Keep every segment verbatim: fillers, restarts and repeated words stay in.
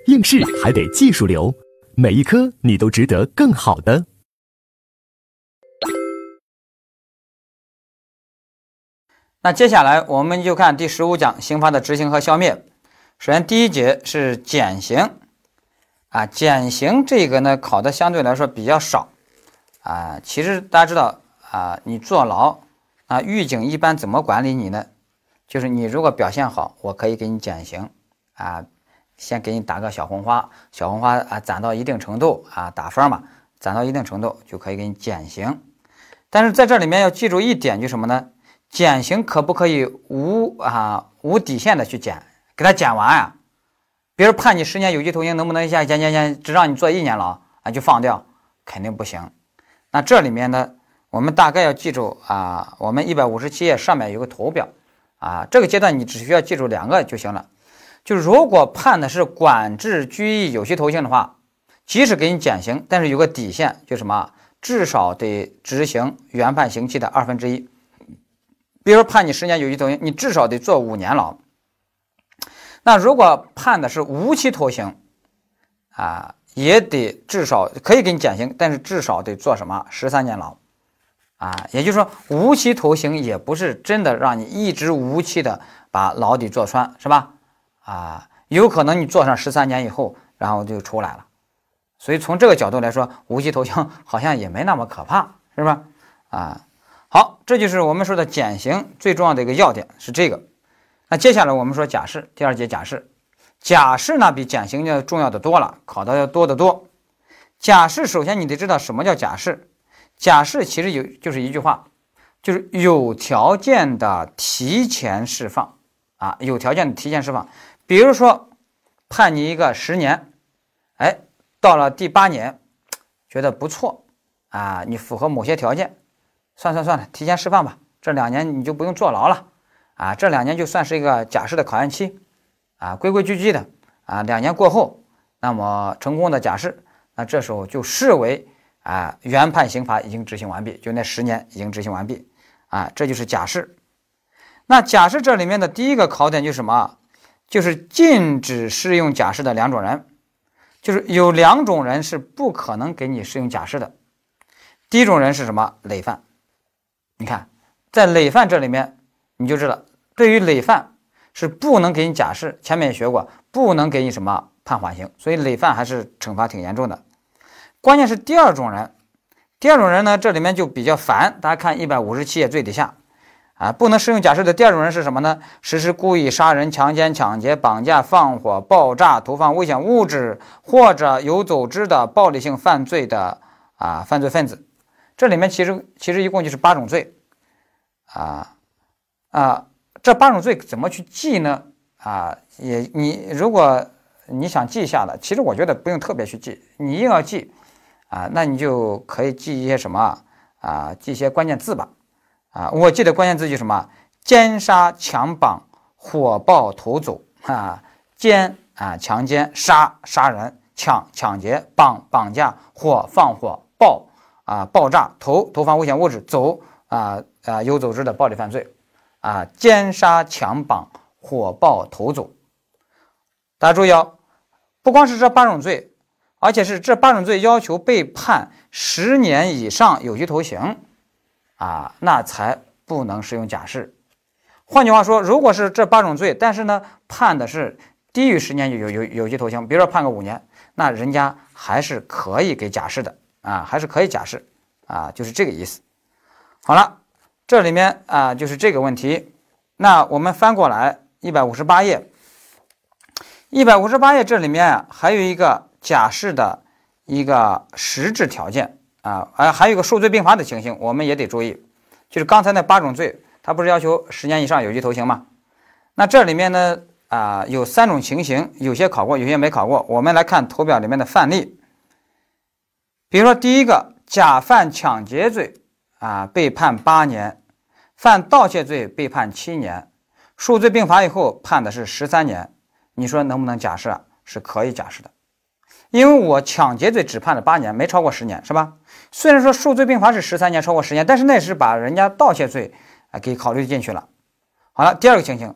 应试还得技术流，每一科你都值得更好的。 那接下来我们就看第十五讲刑罚的执行和消灭。首先第一节是减刑啊，减刑这个呢考的相对来说比较少啊。其实大家知道啊，你坐牢啊，狱警一般怎么管理你呢？就是你如果表现好，我可以给你减刑啊，先给你打个小红花，小红花啊攒到一定程度啊，打分嘛，攒到一定程度就可以给你减刑。但是在这里面要记住一点，就是什么呢？减刑可不可以无啊无底线的去减，给他减完啊？比如判你十年有期徒刑，能不能一下减减减，只让你坐一年牢啊就放掉？肯定不行。那这里面呢，我们大概要记住啊，我们一百五十七页上面有个图表啊，这个阶段你只需要记住两个就行了。就如果判的是管制拘役有期徒刑的话，即使给你减刑，但是有个底线，就什么？至少得执行原判刑期的二分之一。比如判你十年有期徒刑，你至少得坐五年牢。那如果判的是无期徒刑啊，也得至少可以给你减刑，但是至少得坐什么十三年牢啊？也就是说，无期徒刑也不是真的让你一直无期的把牢底坐穿，是吧？啊，有可能你坐上十三年以后，然后就出来了。所以从这个角度来说，无期徒刑好像也没那么可怕，是吧？啊。好，这就是我们说的减刑最重要的一个要点是这个。那接下来我们说假释，第二节假释。假释呢比减刑要重要的多了，考的要多得多。假释首先你得知道什么叫假释。假释其实有就是一句话，就是有条件的提前释放啊，有条件的提前释放。比如说判你一个十年，哎，到了第八年觉得不错啊，你符合某些条件。算算算了，提前释放吧，这两年你就不用坐牢了啊！这两年就算是一个假释的考验期啊，规规矩矩的啊。两年过后，那么成功的假释，那这时候就视为啊原判刑罚已经执行完毕，就那十年已经执行完毕啊，这就是假释。那假释这里面的第一个考点就是什么？就是禁止适用假释的两种人，就是有两种人是不可能给你适用假释的。第一种人是什么？累犯。你看，在累犯这里面，你就知道，对于累犯是不能给你假释，前面也学过，不能给你什么判缓刑，所以累犯还是惩罚挺严重的。关键是第二种人，第二种人呢，这里面就比较烦。大家看一百五十七页最底下啊，不能适用假释的第二种人是什么呢？实施故意杀人、强奸、抢劫、绑架、放火、爆炸、投放危险物质或者有组织的暴力性犯罪的啊犯罪分子。这里面其实其实一共就是八种罪，啊啊，这八种罪怎么去记呢？啊，也你如果你想记一下的，其实我觉得不用特别去记，你硬要记啊，那你就可以记一些什么啊，记一些关键字吧，啊，我记的关键字就是什么？奸杀、强绑、火爆、投走啊，奸啊强奸、杀杀人、抢抢劫、绑绑架、火放火、爆。啊，爆炸、投投放危险物质、走啊啊有组织的暴力犯罪，啊，奸杀、强绑、火爆、投走。大家注意哦，不光是这八种罪，而且是这八种罪要求被判十年以上有期徒刑，啊，那才不能适用假释。换句话说，如果是这八种罪，但是呢判的是低于十年有有有期徒刑，比如说判个五年，那人家还是可以给假释的。啊，还是可以假释啊，就是这个意思。好了，这里面啊就是这个问题。那我们翻过来一百五十八页，一百五十八页这里面啊还有一个假释的一个实质条件啊，还还有一个数罪并罚的情形，我们也得注意。就是刚才那八种罪，它不是要求十年以上有期徒刑吗？那这里面呢啊有三种情形，有些考过，有些没考过。我们来看图表里面的范例。比如说第一个，甲犯抢劫罪啊，被判八年；犯盗窃罪被判七年，数罪并罚以后判的是十三年。你说能不能假释啊？是可以假释的，因为我抢劫罪只判了八年，没超过十年，是吧？虽然说数罪并罚是十三年，超过十年，但是那是把人家盗窃罪啊给考虑进去了。好了，第二个情形，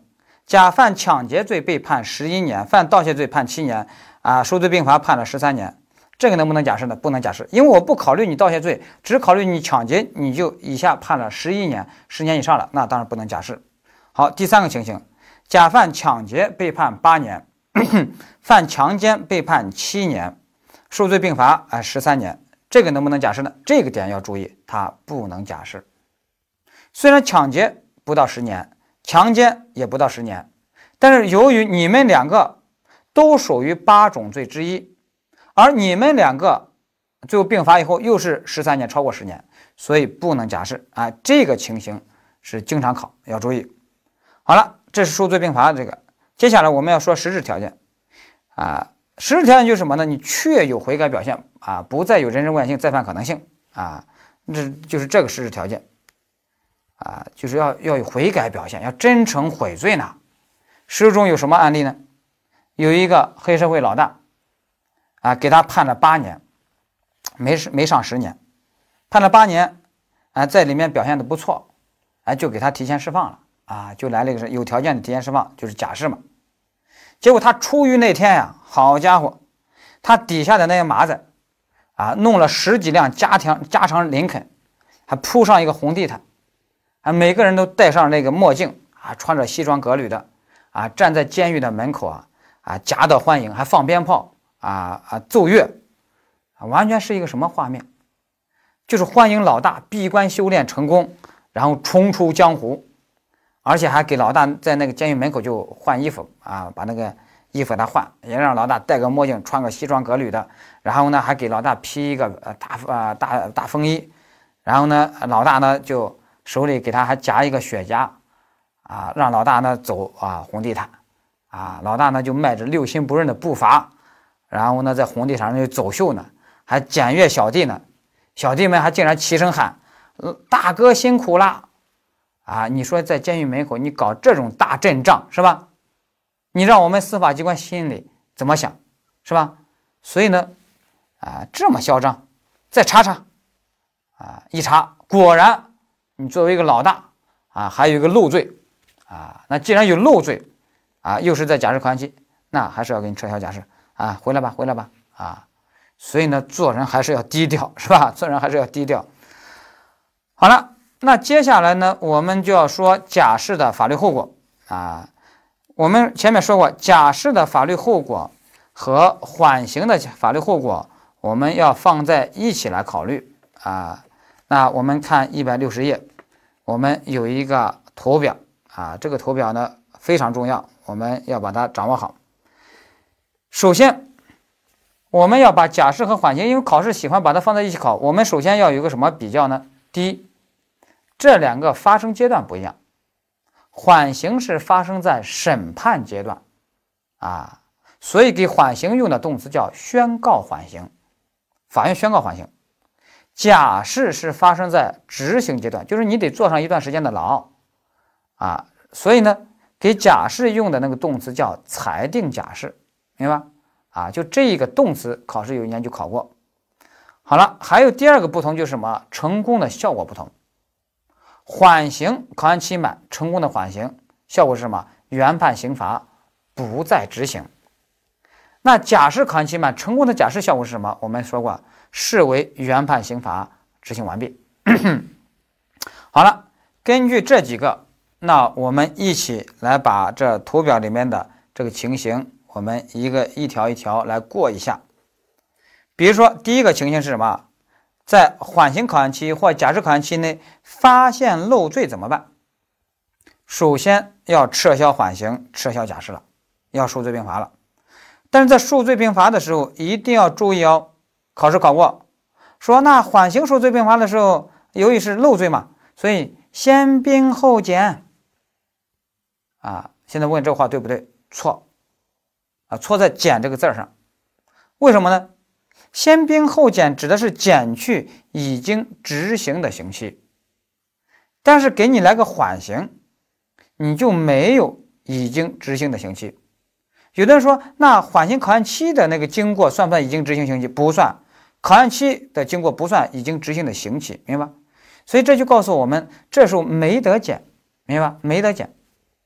甲犯抢劫罪被判十一年，犯盗窃罪判七年，啊，数罪并罚判了十三年。这个能不能假释呢？不能假释，因为我不考虑你盗窃罪，只考虑你抢劫，你就以下判了十一年，十年以上了，那当然不能假释。好，第三个情形，甲犯抢劫被判八年，犯强奸被判七年，数罪并罚啊十三年，这个能不能假释呢？这个点要注意，它不能假释。虽然抢劫不到十年，强奸也不到十年，但是由于你们两个都属于八种罪之一，而你们两个最后并罚以后又是十三年，超过十年，所以不能假释啊。这个情形是经常考，要注意。好了，这是数罪并罚的这个。接下来我们要说实质条件啊，实质条件就是什么呢？你确有悔改表现啊，不再有人身危险性再犯可能性啊，这就是这个实质条件啊，就是要要有悔改表现，要真诚悔罪呢。实中有什么案例呢？有一个黑社会老大啊，给他判了八年，没没上十年，判了八年啊，在里面表现的不错，啊，就给他提前释放了啊，就来了一个有条件的提前释放，就是假释嘛。结果他出狱那天呀，好家伙，他底下的那些麻子啊，弄了十几辆加强加长林肯，还铺上一个红地毯，啊，每个人都戴上那个墨镜啊，穿着西装革履的啊，站在监狱的门口啊啊，夹道欢迎，还放鞭炮啊啊，奏乐啊，完全是一个什么画面？就是欢迎老大闭关修炼成功，然后冲出江湖。而且还给老大在那个监狱门口就换衣服啊，把那个衣服给他换，也让老大戴个墨镜，穿个西装革履的，然后呢还给老大披一个呃大呃大大风衣，然后呢老大呢就手里给他还夹一个雪茄啊，让老大呢走啊红地毯啊，老大呢就迈着六亲不认的步伐，然后呢在红地毯上就走秀呢，还检阅小弟呢，小弟们还竟然齐声喊：“大哥辛苦啦！”啊，你说在监狱门口你搞这种大阵仗是吧？你让我们司法机关心里怎么想是吧？所以呢，啊这么嚣张，再查查，啊一查果然你作为一个老大啊，还有一个漏罪啊，那既然有漏罪啊，又是在假释考验期，那还是要给你撤销假释啊，回来吧，回来吧啊！所以呢，做人还是要低调是吧？做人还是要低调。好了。那接下来呢，我们就要说假释的法律后果啊。我们前面说过，假释的法律后果和缓刑的法律后果，我们要放在一起来考虑啊。那我们看一百六十页，我们有一个图表啊，这个图表呢非常重要，我们要把它掌握好。首先，我们要把假释和缓刑，因为考试喜欢把它放在一起考，我们首先要有一个什么比较呢？第一，这两个发生阶段不一样，缓刑是发生在审判阶段啊，所以给缓刑用的动词叫宣告缓刑，法院宣告缓刑。假释是发生在执行阶段，就是你得坐上一段时间的牢啊，所以呢，给假释用的那个动词叫裁定假释，明白吧？啊，就这个动词考试有一年就考过。好了，还有第二个不同就是什么？成功的效果不同。缓刑考验期满，成功的缓刑效果是什么？原判刑罚，不再执行。那假释考验期满，成功的假释效果是什么？我们说过，视为原判刑罚执行完毕。好了，根据这几个，那我们一起来把这图表里面的这个情形，我们一个一条一条来过一下。比如说，第一个情形是什么？在缓刑考验期或假释考验期内发现漏罪怎么办？首先要撤销缓刑，撤销假释了，要数罪并罚了。但是在数罪并罚的时候一定要注意哦，考试考过，说那缓刑数罪并罚的时候，由于是漏罪嘛，所以先并后减啊。现在问这话对不对？错啊，错在减这个字上。为什么呢？先并后减指的是减去已经执行的刑期，但是给你来个缓刑，你就没有已经执行的刑期。有的人说，那缓刑考验期的那个经过算不算已经执行刑期？不算，考验期的经过不算已经执行的刑期，明白？所以这就告诉我们，这时候没得减，明白？没得减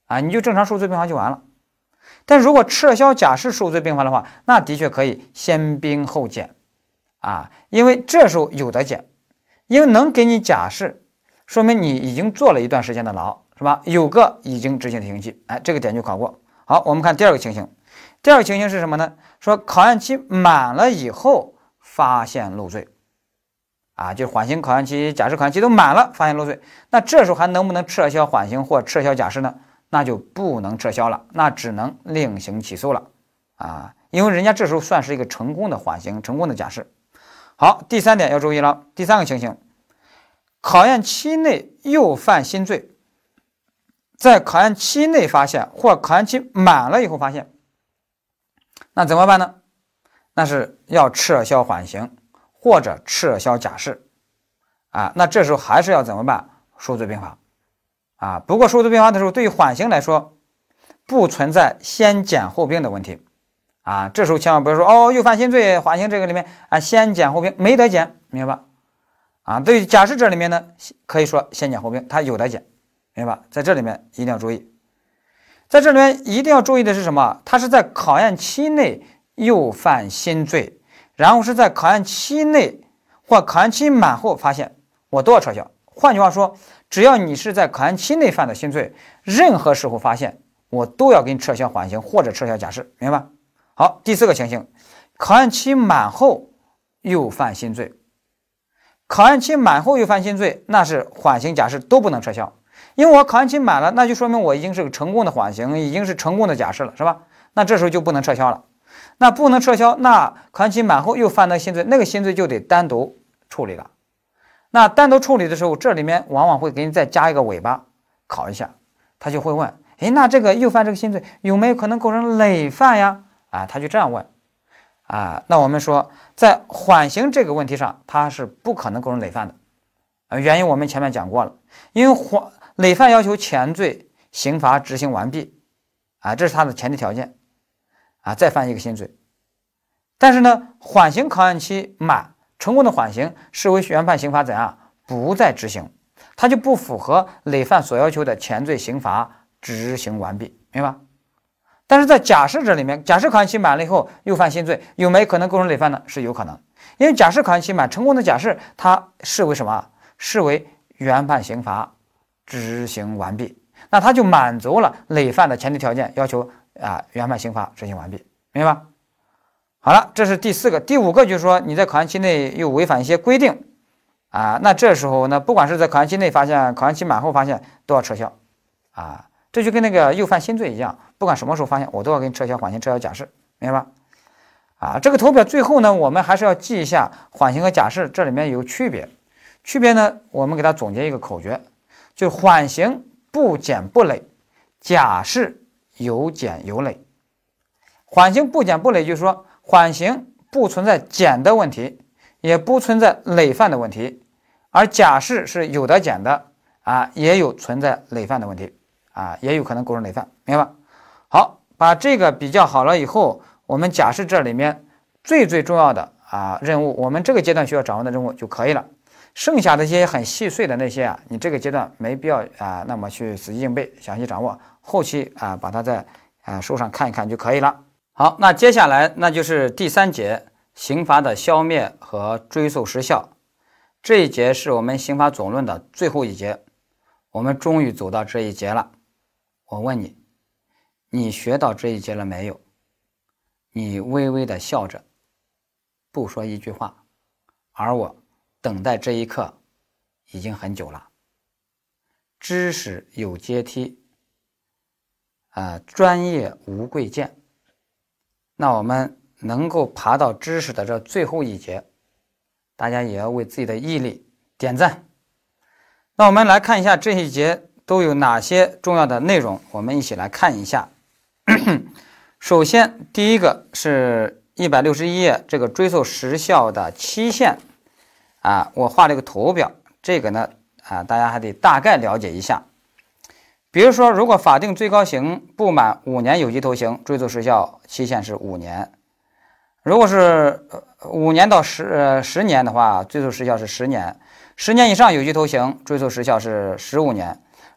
啊，你就正常数罪并罚就完了。但如果撤销假释数罪并罚的话，那的确可以先并后减啊，因为这时候有的减，因为能给你假释，说明你已经坐了一段时间的牢，是吧？有个已经执行的刑期，哎，这个点就考过。好，我们看第二个情形，第二个情形是什么呢？说考验期满了以后发现漏罪，啊，就是缓刑考验期、假释考验期都满了，发现漏罪，那这时候还能不能撤销缓刑或撤销假释呢？那就不能撤销了，那只能另行起诉了啊，因为人家这时候算是一个成功的缓刑、成功的假释。好，第三点要注意了，第三个情形，考验期内又犯新罪，在考验期内发现或考验期满了以后发现，那怎么办呢？那是要撤销缓刑或者撤销假释啊，那这时候还是要怎么办？数罪并罚。啊，不过数罪并罚的时候，对于缓刑来说，不存在先减后并的问题啊。这时候千万不要说哦，又犯新罪，缓刑这个里面啊，先减后并没得减，明白吧？啊，对于假释这里面呢，可以说先减后并，它有的减，明白吧？在这里面一定要注意，在这里面一定要注意的是什么？它是在考验期内又犯新罪，然后是在考验期内或考验期满后发现，我都要撤销。换句话说，只要你是在考验期内犯的新罪，任何时候发现，我都要给你撤销缓刑或者撤销假释，明白？好，第四个情形，考验期满后又犯新罪，考验期满后又犯新罪，那是缓刑假释都不能撤销，因为我考验期满了，那就说明我已经是个成功的缓刑，已经是成功的假释了，是吧？那这时候就不能撤销了，那不能撤销，那考验期满后又犯那个新罪，那个新罪就得单独处理了。那单独处理的时候，这里面往往会给你再加一个尾巴，考一下，他就会问，哎，那这个又犯这个新罪有没有可能构成累犯呀？啊，他就这样问，啊，那我们说在缓刑这个问题上，它是不可能构成累犯的，啊，原因我们前面讲过了，因为缓累犯要求前罪刑罚执行完毕，啊，这是它的前提条件，啊，再犯一个新罪，但是呢，缓刑考验期满。成功的缓刑视为原判刑罚怎样不再执行，它就不符合累犯所要求的前罪刑罚执行完毕，明白？但是在假释这里面，假释考验期满了以后又犯新罪，有没有可能构成累犯呢？是有可能，因为假释考验期满，成功的假释它视为什么？视为原判刑罚执行完毕，那它就满足了累犯的前提条件，要求啊原判刑罚执行完毕，明白？好了，这是第四个。第五个就是说你在考验期内又违反一些规定啊，那这时候呢，不管是在考验期内发现，考验期满后发现，都要撤销啊。这就跟那个又犯新罪一样，不管什么时候发现，我都要给你撤销缓刑、撤销假释，明白吧？啊，这个投表最后呢，我们还是要记一下缓刑和假释这里面有区别。区别呢，我们给它总结一个口诀，就是缓刑不减不累，假释有减有累。缓刑不减不累，就是说缓刑不存在减的问题，也不存在累犯的问题，而假释是有的减的啊，也有存在累犯的问题啊，也有可能构成累犯，明白吧？好，把这个比较好了以后，我们假释这里面最最重要的啊任务，我们这个阶段需要掌握的任务就可以了。剩下的一些很细碎的那些啊，你这个阶段没必要啊，那么去死记硬背、详细掌握，后期啊把它在啊书上看一看就可以了。好，那接下来那就是第三节刑罚的消灭和追诉时效。这一节是我们刑法总论的最后一节，我们终于走到这一节了。我问你，你学到这一节了没有？你微微的笑着，不说一句话，而我等待这一刻已经很久了。知识有阶梯，啊、呃，专业无贵贱。那我们能够爬到知识的这最后一节，大家也要为自己的毅力点赞。那我们来看一下这一节都有哪些重要的内容，我们一起来看一下。首先，第一个是一百六十一页这个追诉时效的期限啊，我画了一个图表，这个呢啊，大家还得大概了解一下。比如说，如果法定最高刑不满五年有期徒刑，追诉时效期限是五年；如果是五年到十呃十年的话，追诉时效是十年；十年以上有期徒刑，追诉时效是十五年；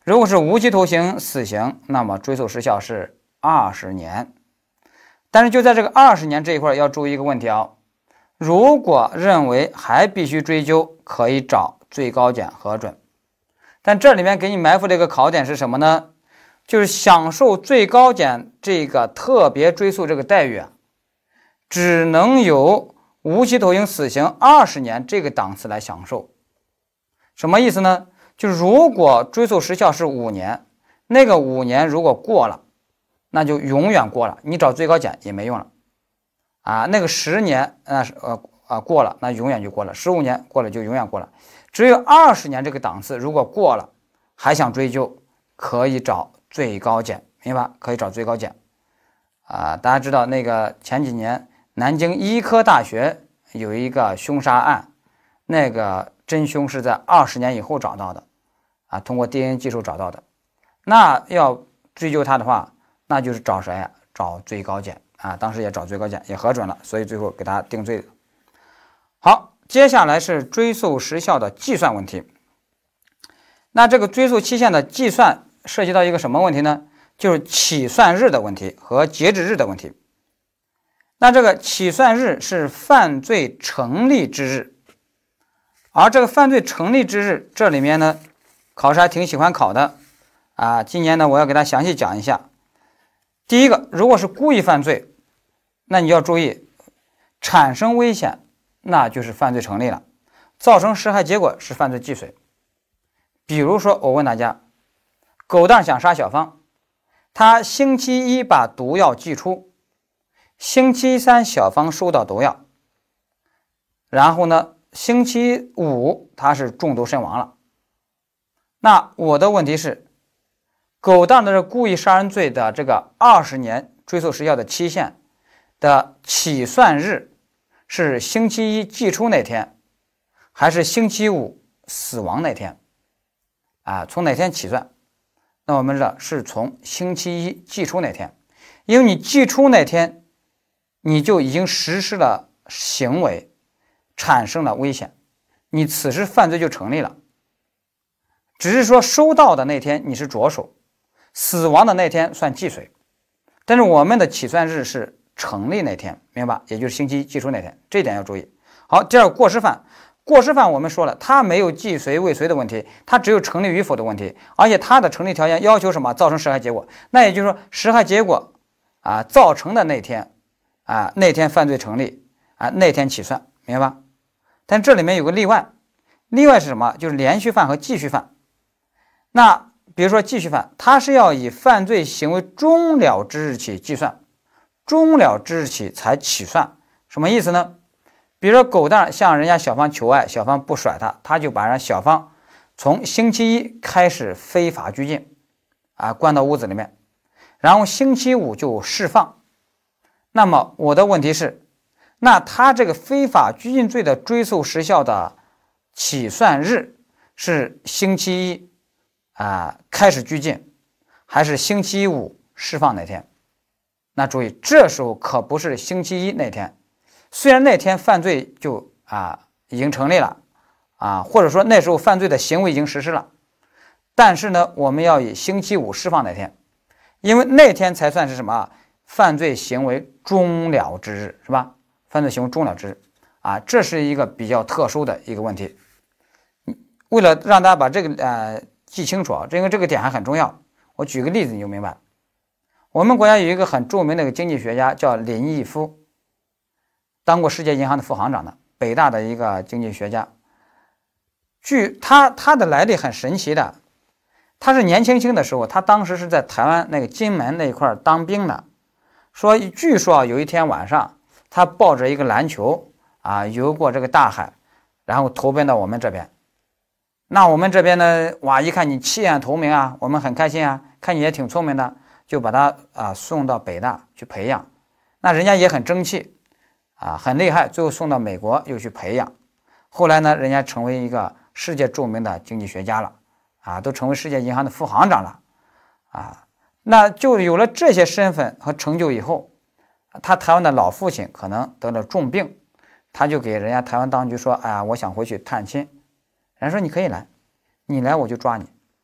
如果是无期徒刑、死刑，那么追诉时效是二十年。但是就在这个二十年这一块要注意一个问题啊，如果认为还必须追究，可以找最高检核准。但这里面给你埋伏的一个考点是什么呢？就是享受最高检这个特别追诉这个待遇啊，只能由无期徒刑、死刑二十年这个档次来享受。什么意思呢？就如果追诉时效是五年，那个五年如果过了，那就永远过了，你找最高检也没用了啊。那个十年，那是呃啊过了，那永远就过了；十五年过了就永远过了。只有二十年这个档次，如果过了还想追究，可以找最高检，明白？可以找最高检啊。大家知道那个前几年南京医科大学有一个凶杀案，那个真凶是在二十年以后找到的啊，通过 D N A 技术找到的。那要追究他的话，那就是找谁呀？找最高检啊。当时也找最高检，也核准了，所以最后给他定罪了。好，接下来是追诉时效的计算问题。那这个追诉期限的计算涉及到一个什么问题呢？就是起算日的问题和截止日的问题。那这个起算日是犯罪成立之日，而这个犯罪成立之日，这里面呢，考试还挺喜欢考的啊。今年呢，我要给大家详细讲一下。第一个，如果是故意犯罪，那你要注意，产生危险，那就是犯罪成立了；造成实害结果是犯罪既遂。比如说，我问大家，狗蛋想杀小芳，他星期一把毒药寄出，星期三小芳收到毒药，然后呢，星期五他是中毒身亡了。那我的问题是，狗蛋的故意杀人罪的这个二十年追诉时效的期限的起算日是星期一寄出那天，还是星期五死亡那天？啊，从哪天起算？那我们知道是从星期一寄出那天，因为你寄出那天，你就已经实施了行为，产生了危险，你此时犯罪就成立了。只是说收到的那天你是着手，死亡的那天算既遂，但是我们的起算日是成立那天，明白？也就是星期一寄出那天，这一点要注意。好，第二个过失犯。过失犯我们说了，它没有既遂未遂的问题，它只有成立与否的问题，而且它的成立条件要求什么？造成实害结果。那也就是说，实害结果啊造成的那天啊那天犯罪成立啊那天起算，明白吧？但这里面有个例外，例外是什么？就是连续犯和继续犯。那比如说继续犯，它是要以犯罪行为终了之日起计算，终了之日起才起算。什么意思呢？比如说狗蛋向人家小芳求爱，小芳不甩他，他就把人小芳从星期一开始非法拘禁啊，关到屋子里面，然后星期五就释放。那么我的问题是，那他这个非法拘禁罪的追诉时效的起算日是星期一啊开始拘禁，还是星期五释放那天？那注意，这时候可不是星期一那天。虽然那天犯罪就啊已经成立了啊，或者说那时候犯罪的行为已经实施了，但是呢，我们要以星期五释放那天，因为那天才算是什么？犯罪行为终了之日，是吧？犯罪行为终了之日啊，这是一个比较特殊的一个问题。为了让大家把这个呃记清楚啊，因为这个点还很重要，我举个例子你就明白。我们国家有一个很著名的一个经济学家叫林毅夫。当过世界银行的副行长的，北大的一个经济学家。据他他的来历很神奇的，他是年轻轻的时候，他当时是在台湾那个金门那一块当兵的。说据说啊，有一天晚上，他抱着一个篮球啊游过这个大海，然后投奔到我们这边。那我们这边呢，哇，一看你弃暗投明啊，我们很开心啊，看你也挺聪明的，就把他啊送到北大去培养。那人家也很争气。啊，很厉害，最后送到美国又去培养，后来呢，人家成为一个世界著名的经济学家了，啊，都成为世界银行的副行长了，啊，那就有了这些身份和成就以后，他台湾的老父亲可能得了重病，他就给人家台湾当局说，哎呀，我想回去探亲，人家说你可以来，你来我就抓你，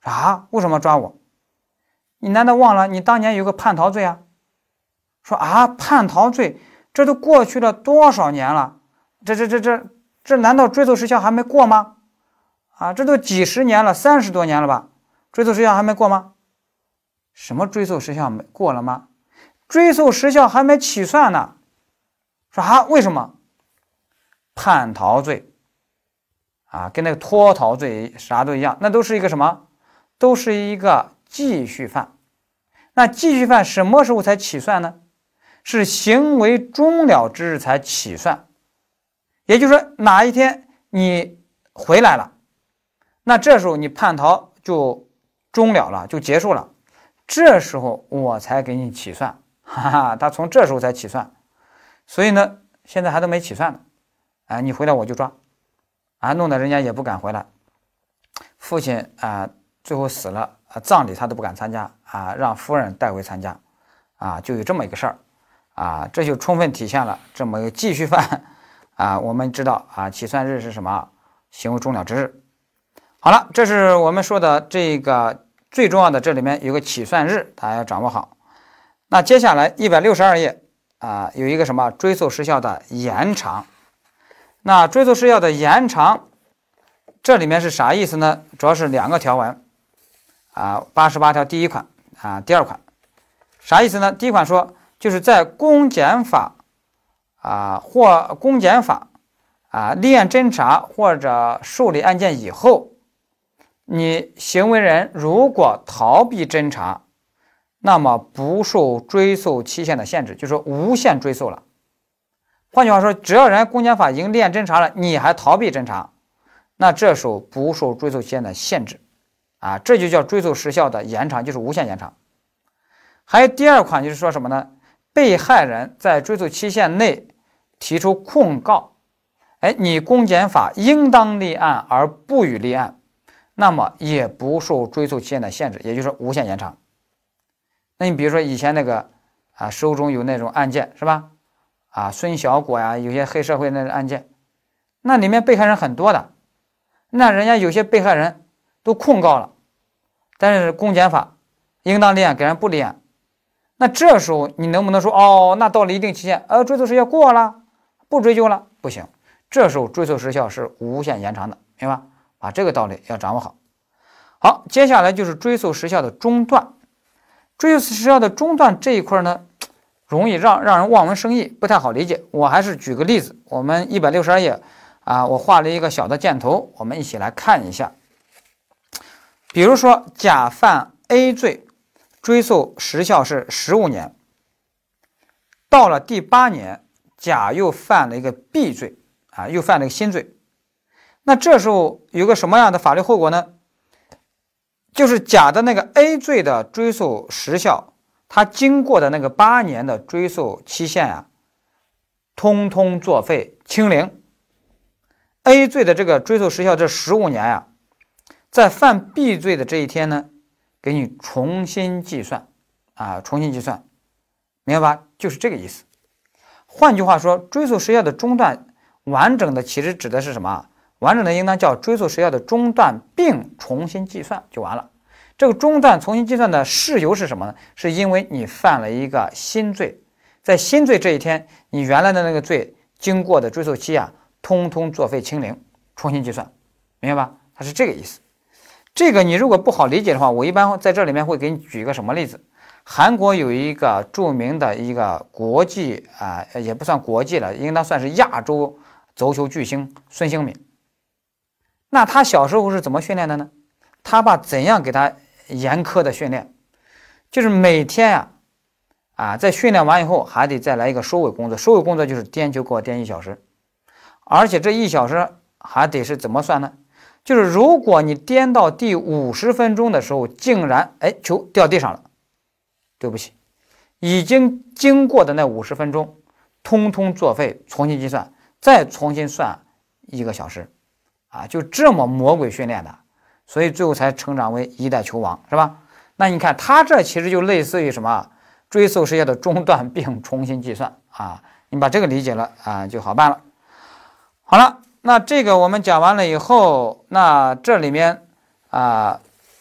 说啊，为什么抓我？你难道忘了你当年有个叛逃罪啊？说啊，叛逃罪，这都过去了多少年了？这这这这这难道追诉时效还没过吗？啊，这都几十年了，三十多年了吧？追诉时效还没过吗？什么追诉时效没过了吗？追诉时效还没起算呢。说啊，为什么？叛逃罪啊，跟那个脱逃罪啥都一样，那都是一个什么？都是一个继续犯。那继续犯什么时候才起算呢？是行为终了之日才起算。也就是说，哪一天你回来了，那这时候你叛逃就终了了，就结束了。这时候我才给你起算，哈哈，他从这时候才起算。所以呢，现在还都没起算呢，啊，你回来我就抓，啊，弄得人家也不敢回来。父亲啊，最后死了，啊，葬礼他都不敢参加，啊，让夫人带回参加，啊，就有这么一个事儿，啊，这就充分体现了这么一个继续犯，啊，我们知道啊，起算日是什么？行为终了之日。好了，这是我们说的这个最重要的，这里面有个起算日，大家要掌握好。那接下来一百六十二页啊，有一个什么追诉时效的延长。那追诉时效的延长，这里面是啥意思呢？主要是两个条文啊，八十八条第一款啊，第二款，啥意思呢？第一款说，就是在公检法啊或公检法啊立案侦查或者受理案件以后，你行为人如果逃避侦查，那么不受追诉期限的限制，就是无限追诉了。换句话说，只要人家公检法已经立案侦查了，你还逃避侦查，那这时候不受追诉期限的限制，啊，这就叫追诉时效的延长，就是无限延长。还有第二款就是说什么呢？被害人在追诉期限内提出控告，哎，你公检法应当立案而不予立案，那么也不受追诉期限的限制，也就是无限延长。那你比如说以前那个啊，手中有那种案件是吧？啊，孙小果呀，有些黑社会那种案件，那里面被害人很多的，那人家有些被害人都控告了，但是公检法应当立案，给人不立案，那这时候你能不能说哦，那到了一定期限，呃，追诉时效过了，不追究了？不行，这时候追诉时效是无限延长的，明白吧？把这个道理要掌握好。好，接下来就是追诉时效的中断。追诉时效的中断这一块呢，容易让让人望文生义，不太好理解。我还是举个例子，我们一百六十二页啊，我画了一个小的箭头，我们一起来看一下。比如说，甲犯 A 罪，追诉时效是十五年，到了第八年，甲又犯了一个 B 罪啊，又犯了一个新罪。那这时候有个什么样的法律后果呢？就是甲的那个 A 罪的追诉时效，他经过的那个八年的追诉期限啊，通通作废清零。A 罪的这个追诉时效这十五年呀、啊，在犯 B 罪的这一天呢，给你重新计算啊，重新计算，明白吧？就是这个意思。换句话说，追诉时效的中断，完整的其实指的是什么？完整的应当叫追诉时效的中断并重新计算就完了。这个中断重新计算的事由是什么呢？是因为你犯了一个新罪，在新罪这一天，你原来的那个罪经过的追诉期啊，通通作废清零，重新计算，明白吧？它是这个意思。这个你如果不好理解的话，我一般在这里面会给你举一个什么例子？韩国有一个著名的一个国际啊、呃，也不算国际了，应当算是亚洲足球巨星孙兴慜。那他小时候是怎么训练的呢？他爸怎样给他严苛的训练？就是每天呀、啊，啊，在训练完以后还得再来一个收尾工作，收尾工作就是颠球给我颠一小时，而且这一小时还得是怎么算呢？就是如果你颠到第五十分钟的时候，竟然哎球掉地上了，对不起，已经经过的那五十分钟，通通作废，重新计算，再重新算一个小时。啊，就这么魔鬼训练的，所以最后才成长为一代球王，是吧？那你看他这其实就类似于什么追诉时效的中断并重新计算啊，你把这个理解了啊，就好办了。好了，那这个我们讲完了以后，那这里面啊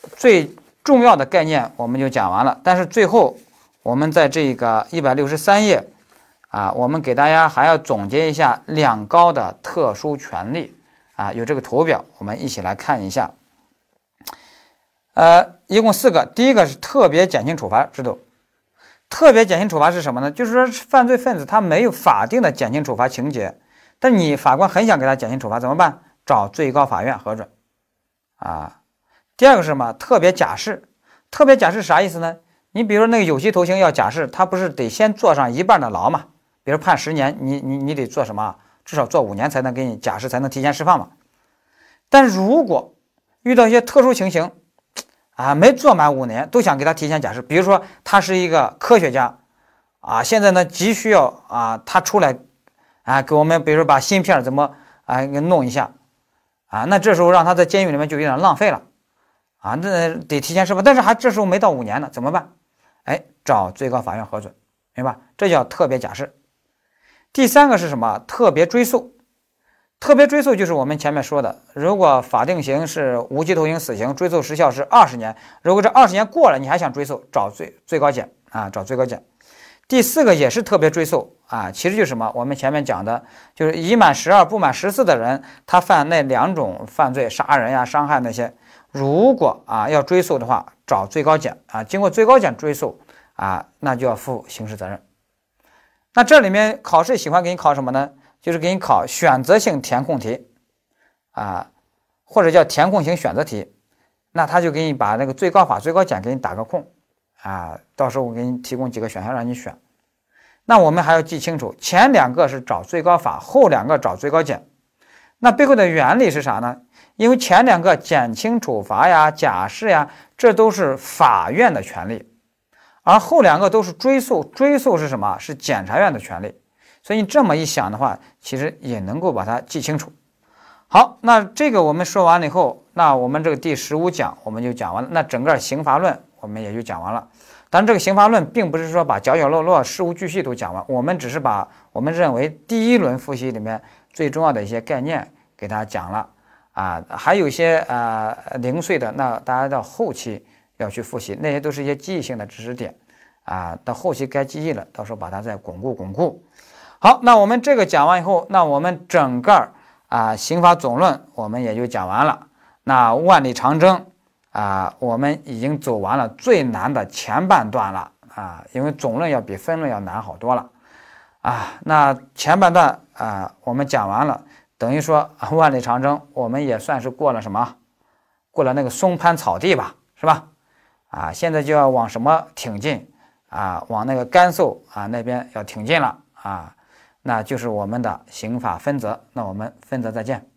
最重要的概念我们就讲完了。但是最后我们在这个一百六十三页啊，我们给大家还要总结一下两高的特殊权利啊，有这个图表，我们一起来看一下。呃，一共四个。第一个是特别减轻处罚制度。特别减轻处罚是什么呢？就是说犯罪分子他没有法定的减轻处罚情节，但你法官很想给他减轻处罚，怎么办？找最高法院核准啊。第二个是什么？特别假释。特别假释啥意思呢？你比如说那个有期徒刑要假释，他不是得先坐上一半的牢嘛？比如判十年，你你你得做什么？至少做五年才能给你假释，才能提前释放嘛。但如果遇到一些特殊情形啊，没做满五年都想给他提前假释，比如说他是一个科学家啊，现在呢急需要啊他出来啊给我们比如说把芯片怎么啊给弄一下啊，那这时候让他在监狱里面就有点浪费了啊，那得提前释放，但是还这时候没到五年呢，怎么办？哎，找最高法院核准，明白？这叫特别假释。第三个是什么？特别追诉。特别追诉就是我们前面说的，如果法定刑是无期徒刑、死刑，追诉时效是二十年，如果这二十年过了，你还想追诉，找最最高检啊，找最高检。第四个也是特别追诉啊，其实就是什么？我们前面讲的，就是已满十二不满十四的人，他犯那两种犯罪，杀人呀、伤害那些，如果啊要追诉的话，找最高检啊，经过最高检追诉啊，那就要负刑事责任。那这里面考试喜欢给你考什么呢？就是给你考选择性填空题啊，或者叫填空型选择题。那他就给你把那个最高法、最高检给你打个空啊，到时候我给你提供几个选项让你选。那我们还要记清楚，前两个是找最高法，后两个找最高检。那背后的原理是啥呢？因为前两个减轻处罚呀、假释呀，这都是法院的权利，而后两个都是追诉。追诉是什么？是检察院的权利。所以你这么一想的话，其实也能够把它记清楚。好，那这个我们说完了以后，那我们这个第十五讲我们就讲完了。那整个刑罚论我们也就讲完了。当然，这个刑罚论并不是说把角角落落、事无巨细都讲完，我们只是把我们认为第一轮复习里面最重要的一些概念给大家讲了啊，还有一些呃零碎的，那大家到后期要去复习，那些都是一些记忆性的知识点啊，到后期该记忆了，到时候把它再巩固巩固。好，那我们这个讲完以后，那我们整个啊刑法总论我们也就讲完了。那万里长征啊，我们已经走完了最难的前半段了啊，因为总论要比分论要难好多了啊。那前半段啊我们讲完了，等于说万里长征我们也算是过了什么？过了那个松潘草地吧，是吧？啊，现在就要往什么挺进啊？往那个甘肃啊那边要挺进了啊。那就是我们的刑法分则，那我们分则再见。